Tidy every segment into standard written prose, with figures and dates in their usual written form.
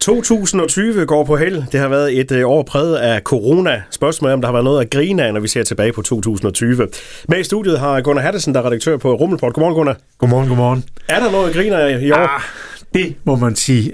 2020 går på held. Det har været et år præget af corona. Spørgsmålet er, om der har været noget at grine af, når vi ser tilbage på 2020. Med i studiet har Gunnar Hattesen, der er redaktør på Rummelport. Godmorgen, Gunnar. Godmorgen. Er der noget at grine af i år? Det må man sige.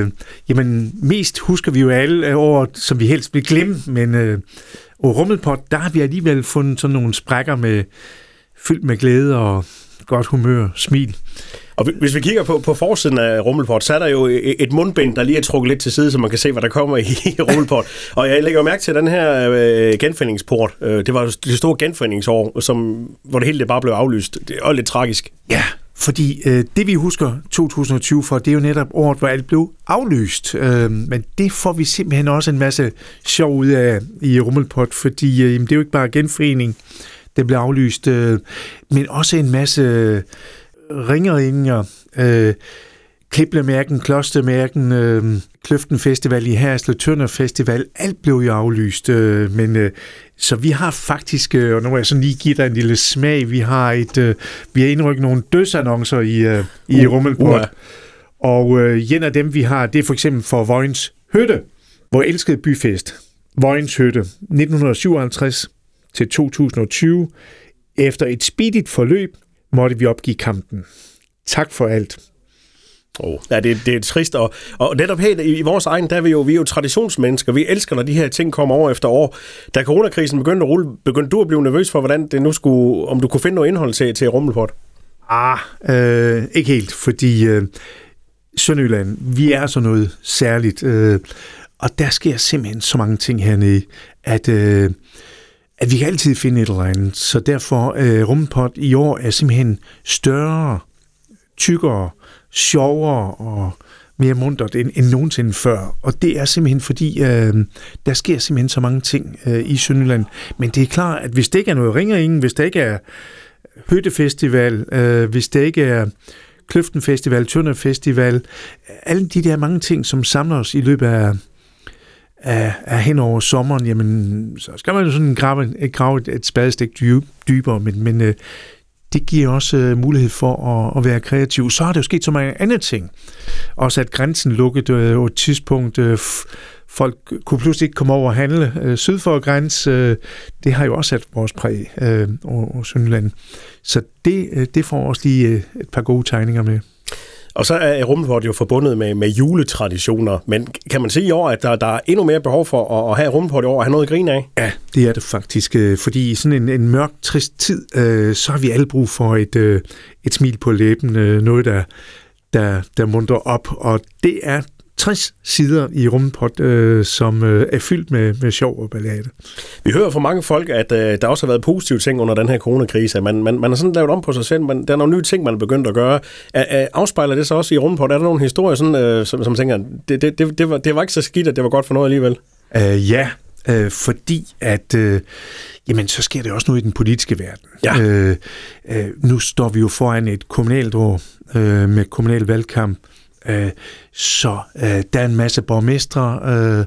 Mest husker vi jo alle år, som vi helst vil glemme, men Rummelport, der har vi alligevel fundet sådan nogle sprækker fyldt med glæde og godt humør, smil. Og hvis vi kigger på forsiden af Rummelport, så er der jo et mundbind, der lige er trukket lidt til side, så man kan se, hvad der kommer i Rummelport. Og jeg lægger mærke til den her genforeningsport. Det var det store genforeningsår, hvor det hele det bare blev aflyst. Det er lidt tragisk. Ja, fordi det vi husker 2020 for, det er jo netop året, hvor alt blev aflyst. Men det får vi simpelthen også en masse sjov ud af i Rummelport, fordi det er jo ikke bare genforening, det blev aflyst, men også en masse ringeringer, Kliplemærken, Klostermærken, Kløften Festival i Herslev, Tønder Festival, alt blev jo aflyst, så vi har faktisk, og nu må jeg sådan lige give dig en lille smag, vi har indrykket nogle dødsannoncer i Rummelport, og en af dem vi har, det er for eksempel for Vojens Hytte, hvor elskede byfest, Vojens Hytte, 1957 til 2020, efter et speedigt forløb, måtte vi opgive kampen. Tak for alt. Ja, det er trist, og netop her i vores egen, der er vi er jo traditionsmennesker. Vi elsker, når de her ting kommer år efter år. Da coronakrisen begyndte at rulle, begyndte du at blive nervøs for, hvordan det nu skulle, om du kunne finde noget indhold til Rummelport? Ikke helt, fordi Sønderjylland, vi er så noget særligt, og der sker simpelthen så mange ting hernede, at vi kan altid finde et eller andet. Så derfor Rummelport i år er simpelthen større, tykkere, sjovere og mere muntert end nogensinde før. Og det er simpelthen fordi, der sker simpelthen så mange ting i Sønderjylland. Men det er klart, at hvis det ikke er noget ringeringen, hvis der ikke er Hyttefestival, hvis der ikke er Kløften Festival, Tønder Festival, alle de der mange ting, som samler os i løbet af hen over sommeren, jamen, så skal man jo sådan grave et spadestik dybere, men det giver også mulighed for at være kreativ. Så har det jo sket så mange andre ting. Også at grænsen lukkede på et tidspunkt. Folk kunne pludselig ikke komme over og handle syd for grænsen. Det har jo også sat vores præg over Sønderjylland. Så det får også lige et par gode tegninger med. Og så er Rummelport jo forbundet med juletraditioner, men kan man sige i år, at der er endnu mere behov for at have Rummelport i år og have noget at grine af? Ja, det er det faktisk, fordi i sådan en mørk, trist tid, så har vi alle brug for et smil på læben, noget, der muntrer op, og det er 60 sider i Rummelport, som er fyldt med sjov og ballade. Vi hører fra mange folk, at der også har været positive ting under den her coronakrise. Man har sådan lavet om på sig selv, der er nogle nye ting, man er begyndt at gøre. Afspejler det så også i Rummelport? Er der nogle historier, sådan, som tænker, det var ikke så skidt, at det var godt for noget alligevel? Ja, fordi at jamen, så sker det også noget i den politiske verden. Ja. Nu står vi jo foran et kommunalt år med kommunal valgkamp. Så der er en masse borgmestre,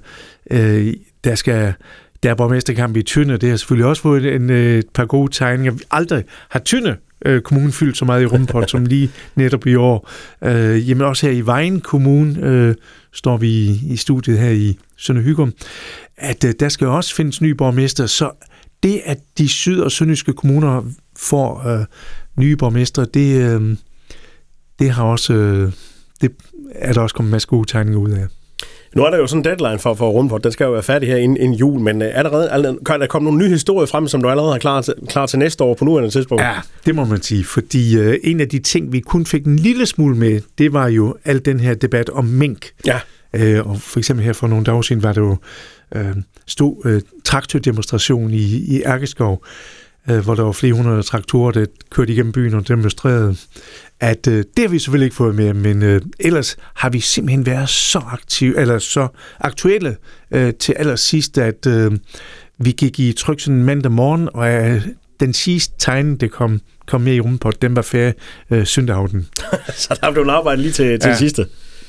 der er borgmesterkamp i Tønder, det har selvfølgelig også fået et par gode tegninger. Aldrig har Tønder kommunen fyldt så meget i Rummelport som lige netop i år. Jamen også her i Vejen Kommune står vi i studiet her i Sønder Hygum, at der skal også findes nye borgmester, så det at de syd- og sønderjyske kommuner får nye borgmestre, det har også det er der også kommet en masse gode tegninger ud af. Nu er der jo sådan en deadline for Rummelport. Den skal jo være færdig her inden jul, men kan der komme nogle nye historier frem, som du allerede har klar til næste år på nuværende tidspunkt? Ja, det må man sige, fordi en af de ting, vi kun fik en lille smule med, det var jo al den her debat om mink. Ja. Og for eksempel her for nogle dage siden var der jo stor traktørdemonstration i Ærkeskov, hvor der var flere hundrede traktorer, der kørte igennem byen og demonstrerede, at det har vi selvfølgelig ikke fået med, men ellers har vi simpelthen været så aktive, eller så aktuelle til allersidst, at vi gik i tryk sådan mandag morgen, og den sidste tegn, det kom med i Rummelport, den var færdig søndag aften. Så der blev en arbejde lige til sidste.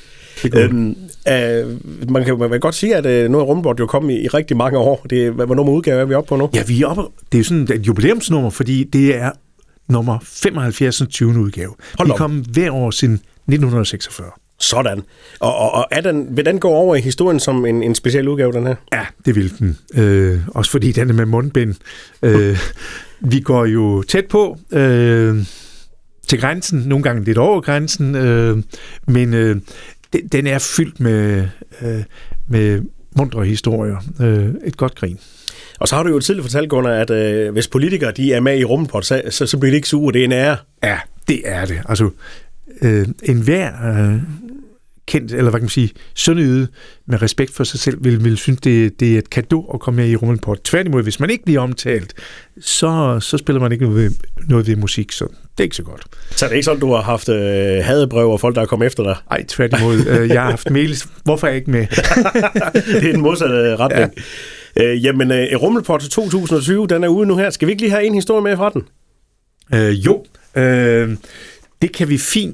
Man kan godt sige, at nu er Rummelport jo kommet i rigtig mange år. Hvor nummer udgave er vi oppe på nu? Ja, vi er oppe. Det er jo sådan et jubilæumsnummer, fordi det er nummer 75. 20. udgave. Vi er kommet hver år siden 1946. Sådan. Og vil den gå over i historien som en speciel udgave, den her? Ja, det vil den. Også fordi den er med mundbind. Vi går jo tæt på til grænsen, nogle gange lidt over grænsen, men den er fyldt med muntre historier. Et godt grin. Og så har du jo tidligere fortalt, Gunnar, at hvis politikere de er med i Rummelpot, så bliver det ikke sure. Det er en ære. Ja, det er det. Altså, enhver kendt, eller hvad kan man sige, sønderjyde med respekt for sig selv, vil synes, det er et cadeau at komme med i Rummelpot. Tværtimod, hvis man ikke bliver omtalt, så spiller man ikke noget ved musik, så det er ikke så godt. Så det er ikke sådan, du har haft hadebrev og folk, der er kommet efter dig? Nej, tværtimod. Jeg har haft mails. Hvorfor er jeg ikke med? Det er en modsat retning. Ja. Jamen, Rummelpot 2020, den er ude nu her. Skal vi ikke lige have en historie med fra den? Jo, det kan vi fint.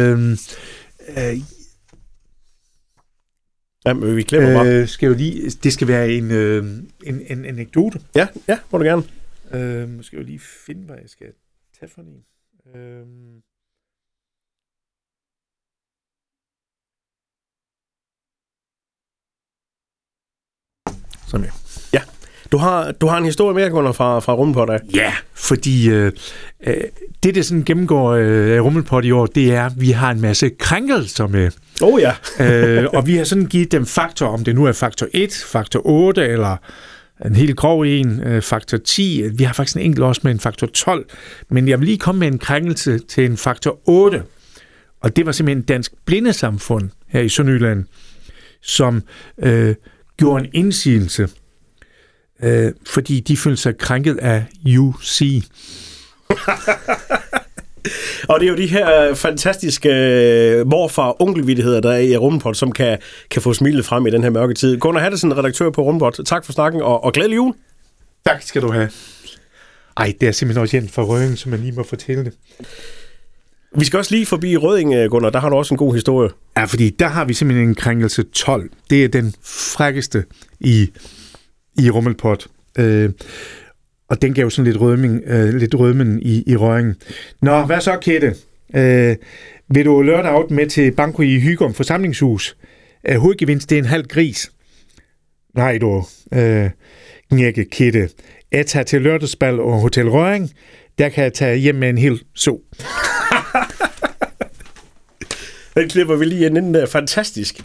Jamen, vi glemmer bare. Det skal være en anekdote. Ja, må du gerne. Skal jeg lige finde, hvad jeg skal tage for en. Sådan her. Ja. Du har en historie mere, Gunnar, fra Rummelpot af. Ja, fordi det sådan gennemgår Rummelpot i år, det er, at vi har en masse krænkelser med. Ja. Og vi har sådan givet dem faktor, om det nu er faktor 1, faktor 8, eller en helt grov en, faktor 10. Vi har faktisk en enkelt også med en faktor 12. Men jeg vil lige komme med en krænkelse til en faktor 8. Og det var simpelthen Dansk Blindesamfund her i Sønderjylland, som gjorde en indsigelse, fordi de følte sig krænket af UC. Og det er jo de her fantastiske morfar-onkelvittigheder, der er i Rummelpot, som kan få smilet frem i den her mørke tid. Gunnar Hattesen, redaktør på Rummelpot. Tak for snakken, og glædelig jul. Tak skal du have. Ej, det er simpelthen også Jens fra Rødding, som man lige må fortælle det. Vi skal også lige forbi Rødding, Gunnar. Der har du også en god historie. Ja, fordi der har vi simpelthen en krænkelse 12. Det er den frækkeste i Rummelpot. Og den gav sådan lidt rødmen i Rødding. Nå, hvad så, Kette? Vil du lørdag out med til Banko i Hygum forsamlingshus? Hovedgevinst, det er en halv gris. Nej, du. Knække, Kette. Jeg tager til lørdagsbal og Hotel Rødding. Der kan jeg tage hjem med en hel så. Den klipper vi lige ind. Den er fantastisk.